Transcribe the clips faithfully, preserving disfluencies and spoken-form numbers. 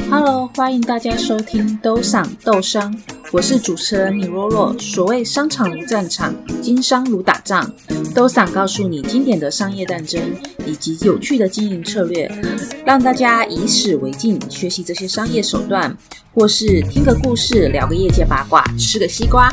Hello， 欢迎大家收听斗赏斗商，我是主持人米若若。所谓商场如战场，经商如打仗，斗赏告诉你经典的商业战争以及有趣的经营策略，让大家以史为镜，学习这些商业手段，或是听个故事，聊个业界八卦，吃个西瓜。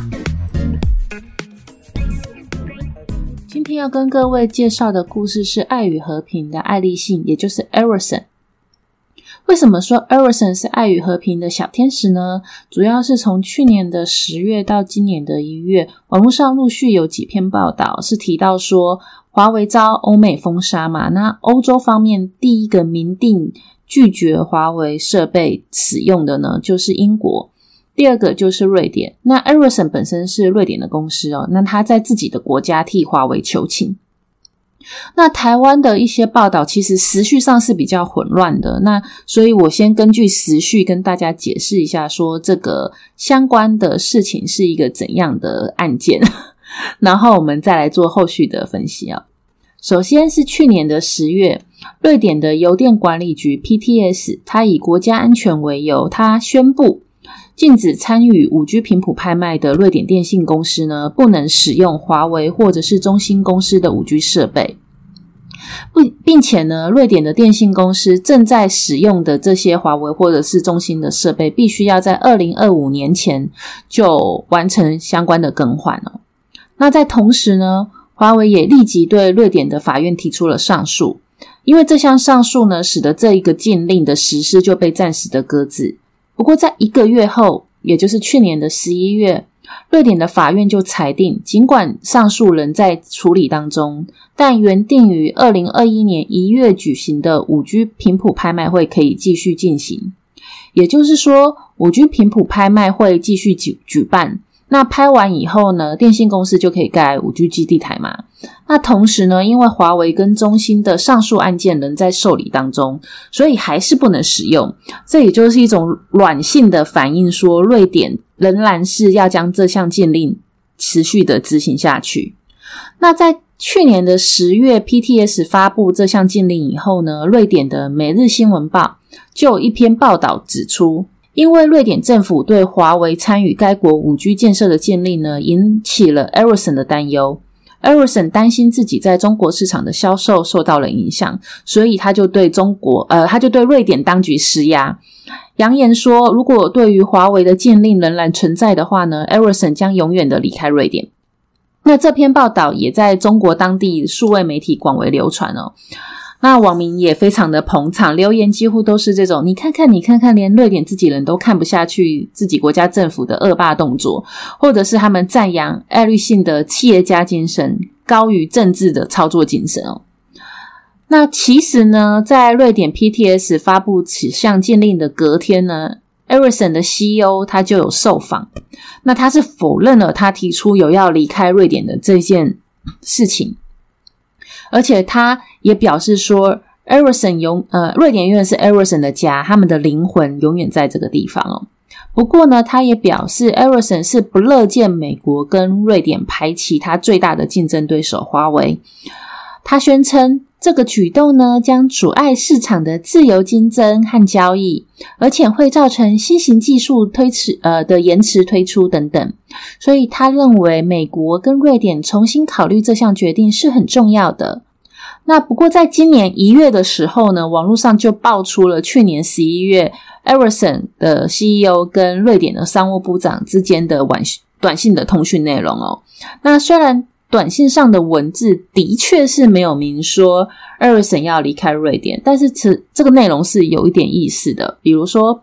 今天要跟各位介绍的故事是爱与和平的爱立信，也就是 Ericsson。为什么说 Ericsson 是爱与和平的小天使呢？主要是从去年的十月到今年的一月，网络上陆续有几篇报道是提到说华为遭欧美封杀嘛，那欧洲方面第一个明定拒绝华为设备使用的呢就是英国，第二个就是瑞典。那 Ericsson 本身是瑞典的公司哦，那他在自己的国家替华为求情。那台湾的一些报道其实时序上是比较混乱的，那所以我先根据时序跟大家解释一下说这个相关的事情是一个怎样的案件，然后我们再来做后续的分析哦。首先是去年的十月，瑞典的邮电管理局 P T S 它以国家安全为由，它宣布禁止参与 五 G 频谱拍卖的瑞典电信公司呢，不能使用华为或者是中兴公司的 五 G 设备。并且呢，瑞典的电信公司正在使用的这些华为或者是中兴的设备，必须要在二零二五年前就完成相关的更换哦。那在同时呢，华为也立即对瑞典的法院提出了上诉，因为这项上诉呢，使得这一个禁令的实施就被暂时的搁置。不过在一个月后，也就是去年的十一月，瑞典的法院就裁定，尽管上诉仍在处理当中，但原定于二零二一年一月举行的 五 G 频谱拍卖会可以继续进行。也就是说 五 G 频谱拍卖会继续举举办，那拍完以后呢，电信公司就可以盖 五 G 基地台嘛。那同时呢，因为华为跟中兴的上诉案件仍在受理当中，所以还是不能使用。这也就是一种软性的反映说，瑞典仍然是要将这项禁令持续的执行下去。那在去年的十月 P T S 发布这项禁令以后呢，瑞典的每日新闻报就有一篇报道指出，因为瑞典政府对华为参与该国 五 G 建设的禁令呢，引起了 Ericsson 的担忧。Ericsson 担心自己在中国市场的销售受到了影响，所以他就对中国呃，他就对瑞典当局施压，扬言说如果对于华为的禁令仍然存在的话呢， Ericsson 将永远的离开瑞典。那这篇报道也在中国当地数位媒体广为流传哦。那网民也非常的捧场，留言几乎都是这种，你看看你看看，连瑞典自己人都看不下去自己国家政府的恶霸动作，或者是他们赞扬爱立信的企业家精神高于政治的操作精神哦。那其实呢，在瑞典 P T S 发布此项禁令的隔天呢， Ericsson 的 C E O 他就有受访，那他是否认了他提出有要离开瑞典的这件事情，而且他也表示说 Ericsson 永呃瑞典永远是 Ericsson 的家，他们的灵魂永远在这个地方哦。不过呢，他也表示 Ericsson 是不乐见美国跟瑞典排挤他最大的竞争对手华为。他宣称这个举动呢，将阻碍市场的自由竞争和交易，而且会造成新型技术推迟呃的延迟推出等等。所以他认为美国跟瑞典重新考虑这项决定是很重要的。那不过在今年一月的时候呢，网络上就爆出了去年十一月 Ericsson 的 C E O 跟瑞典的商务部长之间的短信的通讯内容哦。那虽然短信上的文字的确是没有明说 Ericsson 要离开瑞典，但是这个内容是有一点意思的。比如说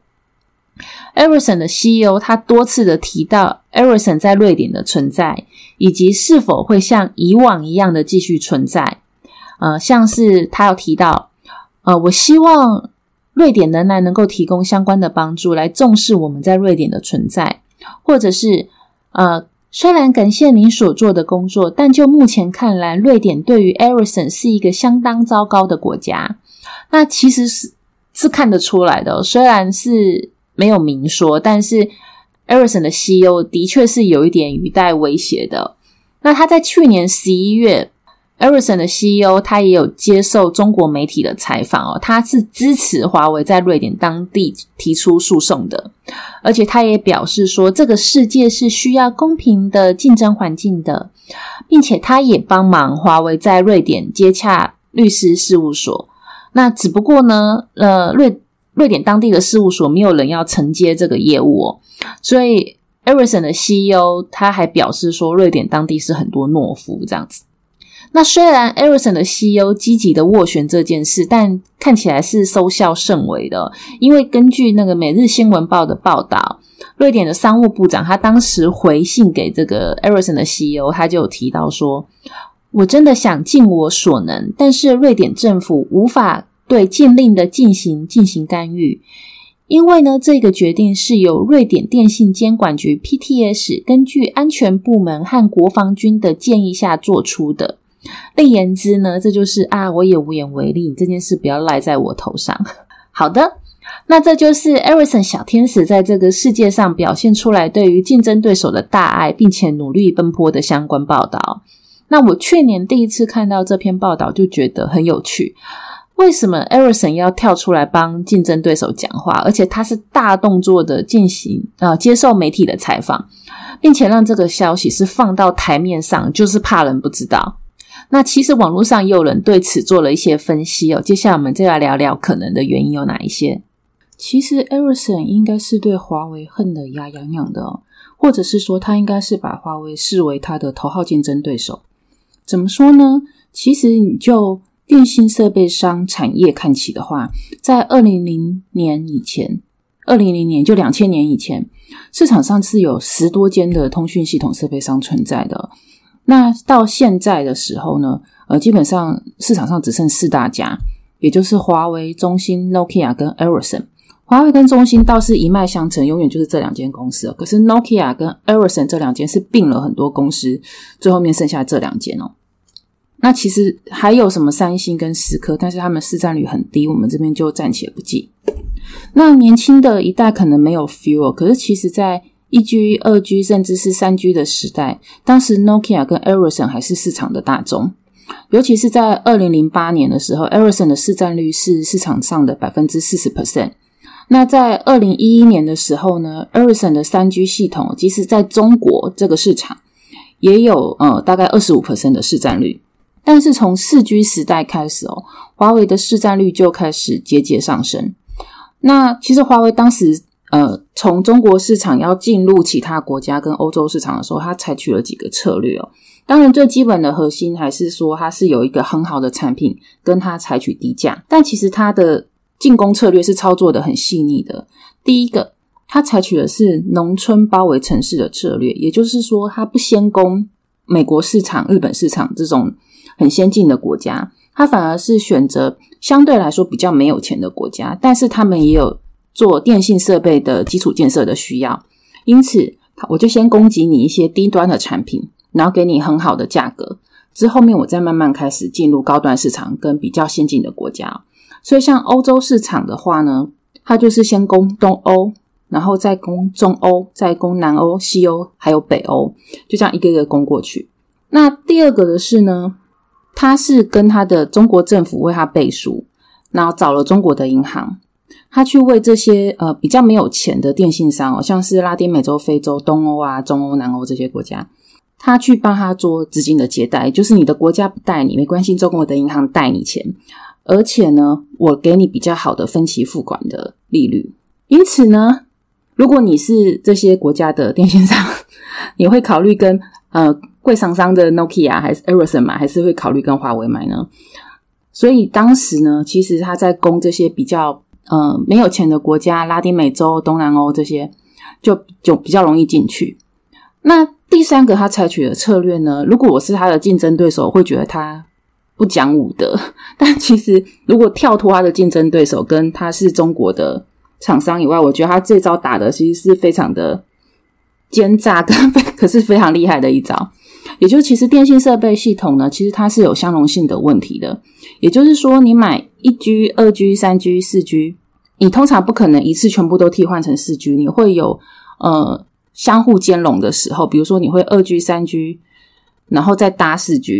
Ericsson 的 C E O 他多次的提到 Ericsson 在瑞典的存在，以及是否会像以往一样的继续存在。呃，像是他有提到呃，我希望瑞典仍然能够提供相关的帮助，来重视我们在瑞典的存在，或者是呃虽然感谢您所做的工作，但就目前看来，瑞典对于 Ericsson 是一个相当糟糕的国家。那其实是是看得出来的哦，虽然是没有明说，但是 Ericsson 的 C E O 的确是有一点语带威胁的。那他在去年十一月 Ericsson 的 C E O 他也有接受中国媒体的采访哦，他是支持华为在瑞典当地提出诉讼的，而且他也表示说这个世界是需要公平的竞争环境的，并且他也帮忙华为在瑞典接洽律师事务所。那只不过呢呃瑞瑞典当地的事务所没有人要承接这个业务哦，所以 Ericsson 的 C E O 他还表示说瑞典当地是很多懦夫这样子。那虽然 Ericsson 的 C E O 积极的斡旋这件事，但看起来是收效甚微的，因为根据那个每日新闻报的报道，瑞典的商务部长他当时回信给这个 Ericsson 的 C E O， 他就有提到说，我真的想尽我所能，但是瑞典政府无法对禁令的进行进行干预，因为呢这个决定是由瑞典电信监管局 P T S 根据安全部门和国防军的建议下做出的。另言之呢，这就是啊，我也无言为力，这件事不要赖在我头上。好的，那这就是 Ericsson 小天使在这个世界上表现出来对于竞争对手的大爱，并且努力奔波的相关报道。那我去年第一次看到这篇报道就觉得很有趣，为什么 Ericsson 要跳出来帮竞争对手讲话，而且他是大动作的进行呃接受媒体的采访，并且让这个消息是放到台面上，就是怕人不知道。那其实网络上也有人对此做了一些分析哦，接下来我们就来聊聊可能的原因有哪一些。其实 Ericsson 应该是对华为恨得牙痒痒的哦，或者是说他应该是把华为视为他的头号竞争对手。怎么说呢？其实你就电信设备商产业看起的话，在二零零年以前二零零零年就两千年以前，市场上是有十多间的通讯系统设备商存在的。那到现在的时候呢，呃，基本上市场上只剩四大家，也就是华为、中兴、Nokia 跟 Ericsson。华为跟中兴倒是一脉相承，永远就是这两间公司了。可是 Nokia 跟 Ericsson 这两间是并了很多公司，最后面剩下这两间哦。那其实还有什么三星跟思科，但是他们市占率很低，我们这边就暂且不计。那年轻的一代可能没有 feel， 可是其实在一 G、二 G 甚至是三 G 的时代，当时 Nokia 跟 Ericsson 还是市场的大宗。尤其是在二零零八年的时候， Ericsson 的市占率是市场上的 百分之四十。 那在二零一一年的时候呢， Ericsson 的 三 G 系统即使在中国这个市场也有呃大概 百分之二十五 的市占率。但是从 四 G 时代开始哦，华为的市占率就开始节节上升。那其实华为当时呃，从中国市场要进入其他国家跟欧洲市场的时候，它采取了几个策略哦。当然最基本的核心还是说它是有一个很好的产品，跟它采取低价。但其实它的进攻策略是操作的很细腻的。第一个，它采取的是农村包围城市的策略，也就是说它不先攻美国市场、日本市场这种很先进的国家，它反而是选择相对来说比较没有钱的国家，但是他们也有做电信设备的基础建设的需要，因此我就先供给你一些低端的产品，然后给你很好的价格，之后面我再慢慢开始进入高端市场跟比较先进的国家。所以像欧洲市场的话呢，它就是先攻东欧，然后再攻中欧，再攻南欧、西欧还有北欧，就这样一个一个攻过去。那第二个的是呢，它是跟它的中国政府为它背书，然后找了中国的银行，他去为这些呃比较没有钱的电信商哦，像是拉丁美洲、非洲、东欧啊、中欧、南欧这些国家，他去帮他做资金的借贷，就是你的国家不贷你没关系，中国的银行贷你钱，而且呢我给你比较好的分期付款的利率。因此呢，如果你是这些国家的电信商，你会考虑跟呃贵商商的 Nokia 还是 Ericsson 买，还是会考虑跟华为买呢？所以当时呢，其实他在攻这些比较呃没有钱的国家，拉丁美洲、东南欧这些就就比较容易进去。那第三个他采取的策略呢，如果我是他的竞争对手，我会觉得他不讲武德，但其实如果跳脱他的竞争对手跟他是中国的厂商以外，我觉得他这招打的其实是非常的奸诈跟可是非常厉害的一招。也就是其实电信设备系统呢，其实它是有相容性的问题的，也就是说你买 一 G、二 G、三 G、四 G， 你通常不可能一次全部都替换成 四 G， 你会有呃相互兼容的时候，比如说你会 二 G、三 G 然后再搭 四 G，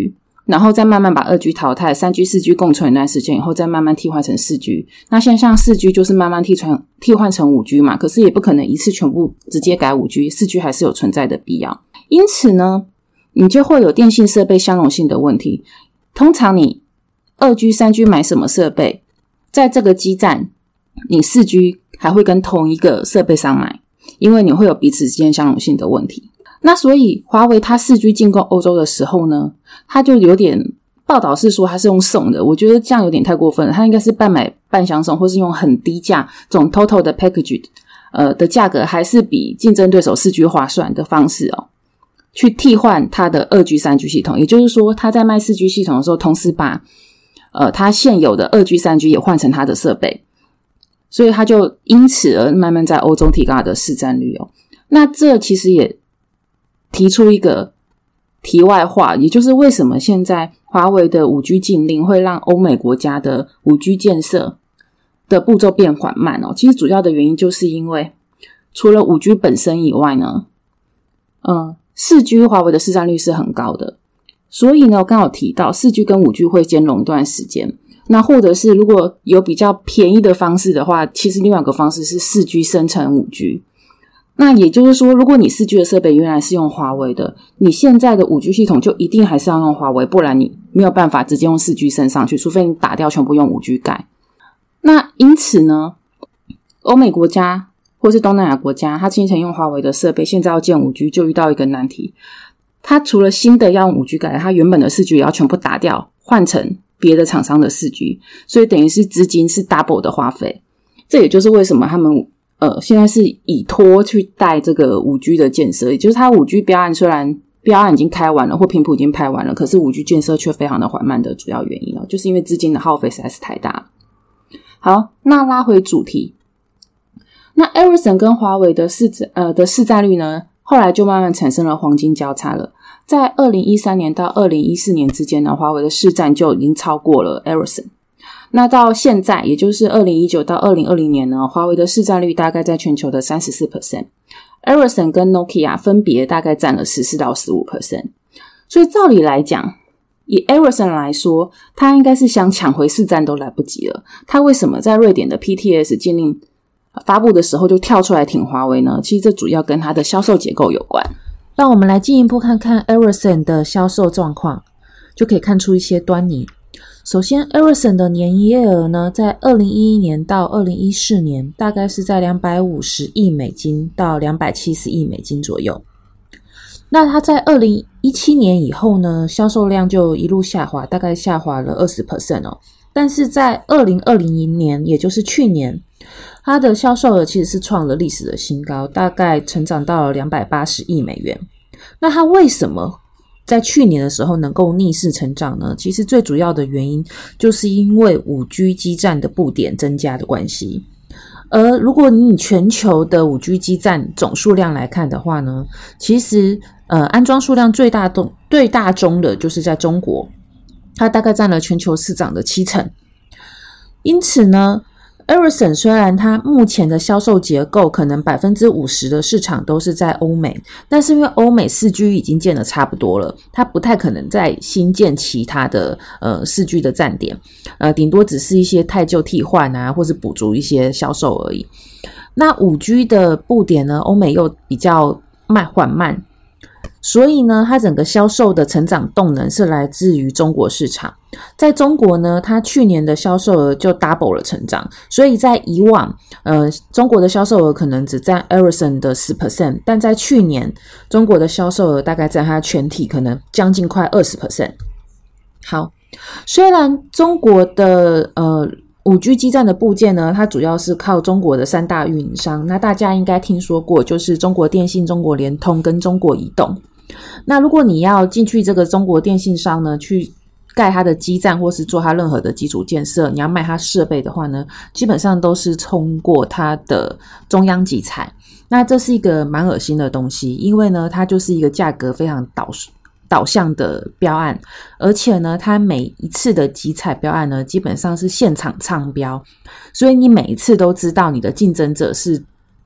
然后再慢慢把二 G 淘汰， 三 G 四 G 共存一段时间以后再慢慢替换成 四 G。 那现在像 四 G 就是慢慢替换替换成 五 G 嘛，可是也不可能一次全部直接改 五 G， 四 G 还是有存在的必要。因此呢，你就会有电信设备相容性的问题。通常你 二 G 三 G 买什么设备，在这个基站你 四 G 还会跟同一个设备商买，因为你会有彼此之间相容性的问题。那所以华为它 四 G 进攻欧洲的时候呢，它就有点报道是说它是用送的，我觉得这样有点太过分了。它应该是半买半相送，或是用很低价这种 total 的 package 呃的价格还是比竞争对手 四 G 划算的方式哦，去替换它的 二 G 三 G 系统。也就是说它在卖 四 G 系统的时候，同时把呃它现有的 二 G 三 G 也换成它的设备，所以它就因此而慢慢在欧洲提高它的市占率哦。那这其实也提出一个题外话，也就是为什么现在华为的 五 G 禁令会让欧美国家的 五 G 建设的步骤变缓慢哦。其实主要的原因就是因为除了 五 G 本身以外呢，嗯 四 G 华为的市占率是很高的，所以呢我刚好提到 四 G 跟 五 G 会兼容一段时间。那或者是如果有比较便宜的方式的话，其实另外一个方式是 四 G 生成 五 G。那也就是说，如果你 四 G 的设备原来是用华为的，你现在的 五 G 系统就一定还是要用华为，不然你没有办法直接用 四 G 升上去，除非你打掉全部用 五 G 盖。那因此呢，欧美国家或是东南亚国家，它之前用华为的设备，现在要建 五 G 就遇到一个难题，它除了新的要用 五 G 盖，它原本的 四 G 也要全部打掉，换成别的厂商的 四 G， 所以等于是资金是 double 的花费。这也就是为什么他们呃，现在是以拖去带这个 五 G 的建设，也就是它 五 G 标案虽然标案已经开完了或频谱已经拍完了，可是 五 G 建设却非常的缓慢的主要原因哦，就是因为资金的耗费实在是太大了。好，那拉回主题，那 Ericsson 跟华为的市呃的市占率呢，后来就慢慢产生了黄金交叉了。在二零一三年到二零一四年之间呢，华为的市占就已经超过了 Ericsson。那到现在也就是二零一九到二零二零年呢，华为的市占率大概在全球的 百分之三十四， Ericsson 跟 Nokia 分别大概占了 百分之十四到百分之十五。 所以照理来讲，以 Ericsson 来说，他应该是想抢回市占都来不及了。他为什么在瑞典的 P T S 禁令发布的时候就跳出来挺华为呢？其实这主要跟他的销售结构有关。 让我们来进一步看看 Ericsson 的销售状况，就可以看出一些端倪。首先 Ericsson 的年营业额呢，在二零一一年到二零一四年大概是在两百五十亿美金到两百七十亿美金左右。那它在二零一七年以后呢，销售量就一路下滑，大概下滑了 百分之二十 哦。但是在二零二零年，也就是去年，它的销售额其实是创了历史的新高，大概成长到了两百八十亿美元。那它为什么在去年的时候能够逆势成长呢？其实最主要的原因就是因为 五 G 基站的布点增加的关系。而如果你以全球的 五 G 基站总数量来看的话呢，其实呃安装数量最大宗最大宗的就是在中国，它大概占了全球市场的七成。因此呢Ericsson 虽然它目前的销售结构可能 百分之五十 的市场都是在欧美，但是因为欧美 四 G 已经建得差不多了，它不太可能再新建其他的呃 四 G 的站点，呃顶多只是一些汰旧替换啊，或是补足一些销售而已。那 五 G 的布点呢，欧美又比较慢缓慢，所以呢它整个销售的成长动能是来自于中国市场。在中国呢，它去年的销售额就 double 了成长，所以在以往呃，中国的销售额可能只占 Ericsson 的 百分之十， 但在去年中国的销售额大概占它全体可能将近快 百分之二十。 好，虽然中国的呃 五 G 基站的部件呢，它主要是靠中国的三大运营商，那大家应该听说过，就是中国电信、中国联通跟中国移动。那如果你要进去这个中国电信商呢，去盖它的基站或是做它任何的基础建设，你要卖它设备的话呢，基本上都是通过它的中央集采。那这是一个蛮恶心的东西，因为呢它就是一个价格非常导导向的标案，而且呢它每一次的集采标案呢基本上是现场唱标，所以你每一次都知道你的竞争者是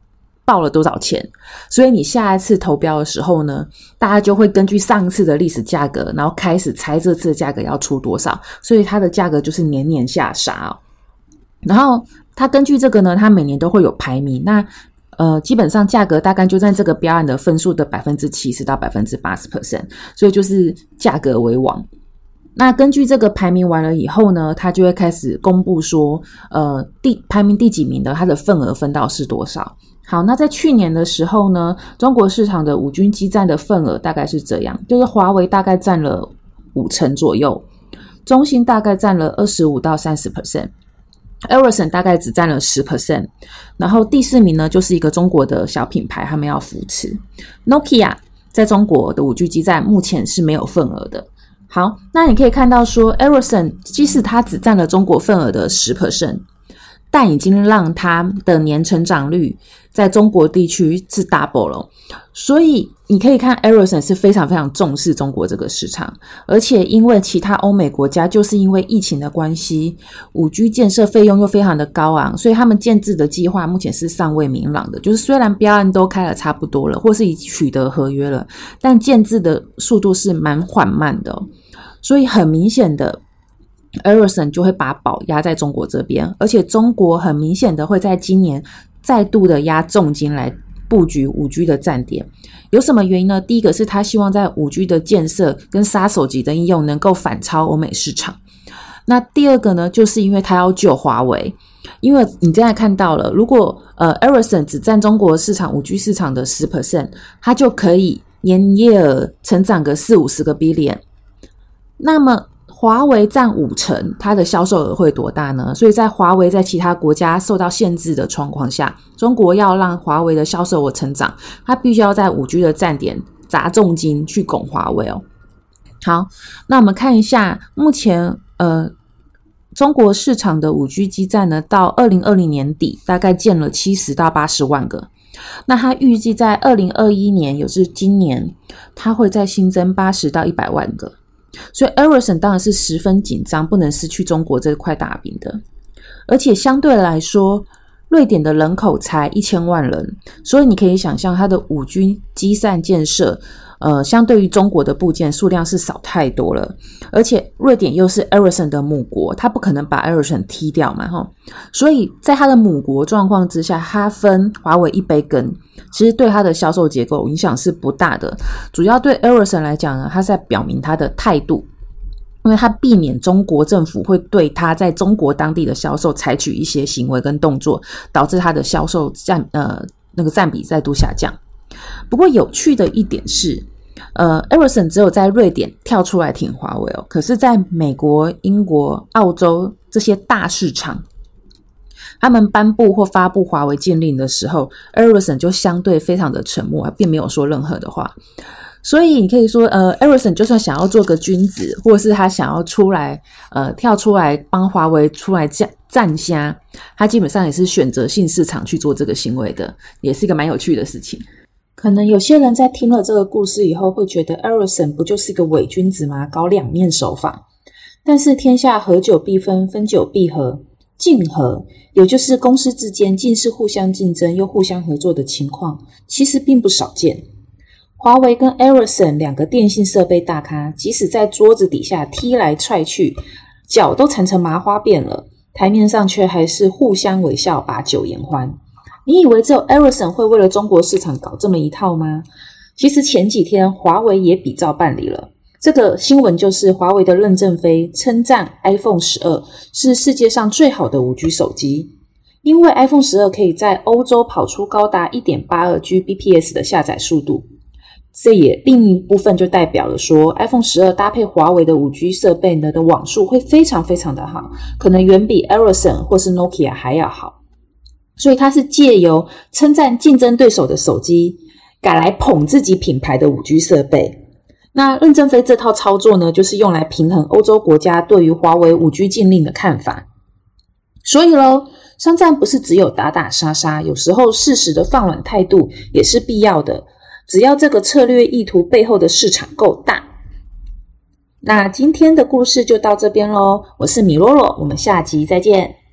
报了多少钱，所以你下一次投标的时候呢，大家就会根据上次的历史价格，然后开始猜这次的价格要出多少，所以它的价格就是年年下杀哦。然后它根据这个呢，它每年都会有排名，那呃，基本上价格大概就在这个标案的分数的 百分之七十 到 百分之八十， 所以就是价格为王。那根据这个排名完了以后呢，他就会开始公布说呃，第排名第几名的他的份额分到是多少。好，那在去年的时候呢，中国市场的五 G 基站的份额大概是这样，就是华为大概占了五成左右，中兴大概占了 二十五到百分之三十， Ericsson 大概只占了 百分之十， 然后第四名呢就是一个中国的小品牌，他们要扶持 Nokia 在中国的五 G 基站目前是没有份额的。好，那你可以看到说 Ericsson 即使它只占了中国份额的 百分之十， 但已经让它的年成长率在中国地区是 double 了，所以你可以看 Ericsson 是非常非常重视中国这个市场，而且因为其他欧美国家就是因为疫情的关系， 五 G 建设费用又非常的高昂，所以他们建制的计划目前是尚未明朗的，就是虽然标案都开了差不多了，或是已取得合约了，但建制的速度是蛮缓慢的哦，所以很明显的Ericsson 就会把宝压在中国这边，而且中国很明显的会在今年再度的压重金来布局 五 G 的站点。有什么原因呢？第一个是他希望在 五 G 的建设跟杀手级的应用能够反超欧美市场。那第二个呢，就是因为他要救华为，因为你现在看到了，如果呃 Ericsson 只占中国市场 五 G 市场的 百分之十， 他就可以年营业额成长个四五十个 billion， 那么华为占五成，它的销售额会多大呢？所以在华为在其他国家受到限制的状况下，中国要让华为的销售额成长，它必须要在 五 G 的站点砸重金去拱华为哦。好，那我们看一下目前呃中国市场的 五 G 基站呢，到二零二零年底大概建了七十到八十万个。那它预计在二零二一年，也就是今年，它会再新增八十到一百万个。所以 Ericsson 当然是十分紧张，不能失去中国这块大饼的。而且相对来说，瑞典的人口才一千万人，所以你可以想象它的 五 G 基站建设呃，相对于中国的部件数量是少太多了。而且瑞典又是 Ericsson 的母国，它不可能把 Ericsson 踢掉嘛齁。所以在它的母国状况之下，它分华为一杯羹，其实对它的销售结构影响是不大的。主要对 Ericsson 来讲呢，它是在表明它的态度，因为它避免中国政府会对它在中国当地的销售采取一些行为跟动作，导致它的销售占呃那个占比再度下降。不过有趣的一点是，呃 Ericsson 只有在瑞典跳出来挺华为哦，可是在美国、英国、澳洲这些大市场，他们颁布或发布华为禁令的时候， Ericsson 就相对非常的沉默，并没有说任何的话。所以你可以说呃 Ericsson 就算想要做个君子，或者是他想要出来呃跳出来帮华为出来站虾，他基本上也是选择性市场去做这个行为的，也是一个蛮有趣的事情。 可能有些人在听了这个故事以后会觉得 Ericsson 不就是个伪君子吗？搞两面手法。但是天下合久必分，分久必合，竞合也就是公司之间既是互相竞争又互相合作的情况，其实并不少见。华为跟 Ericsson 两个电信设备大咖，即使在桌子底下踢来踹去，脚都缠成麻花辫了，台面上却还是互相微笑，把酒言欢。你以为只有 Ericsson 会为了中国市场搞这么一套吗？其实前几天华为也比照办理了。这个新闻就是华为的任正非称赞 iPhone 十二 是世界上最好的 五 G 手机，因为 iPhone 十二 可以在欧洲跑出高达 一点八二 G B P S 的下载速度。这也另一部分就代表了说 iPhone 十二 搭配华为的 五 G 设备呢的网速会非常非常的好，可能远比 Ericsson 或是 Nokia 还要好。所以它是借由称赞竞争对手的手机，改来捧自己品牌的 五 G 设备。那任正非这套操作呢，就是用来平衡欧洲国家对于华为 五 G 禁令的看法。所以咯，商战不是只有打打杀杀，有时候适时的放软态度也是必要的，只要这个策略意图背后的市场够大。那今天的故事就到这边咯，我是米洛洛，我们下集再见。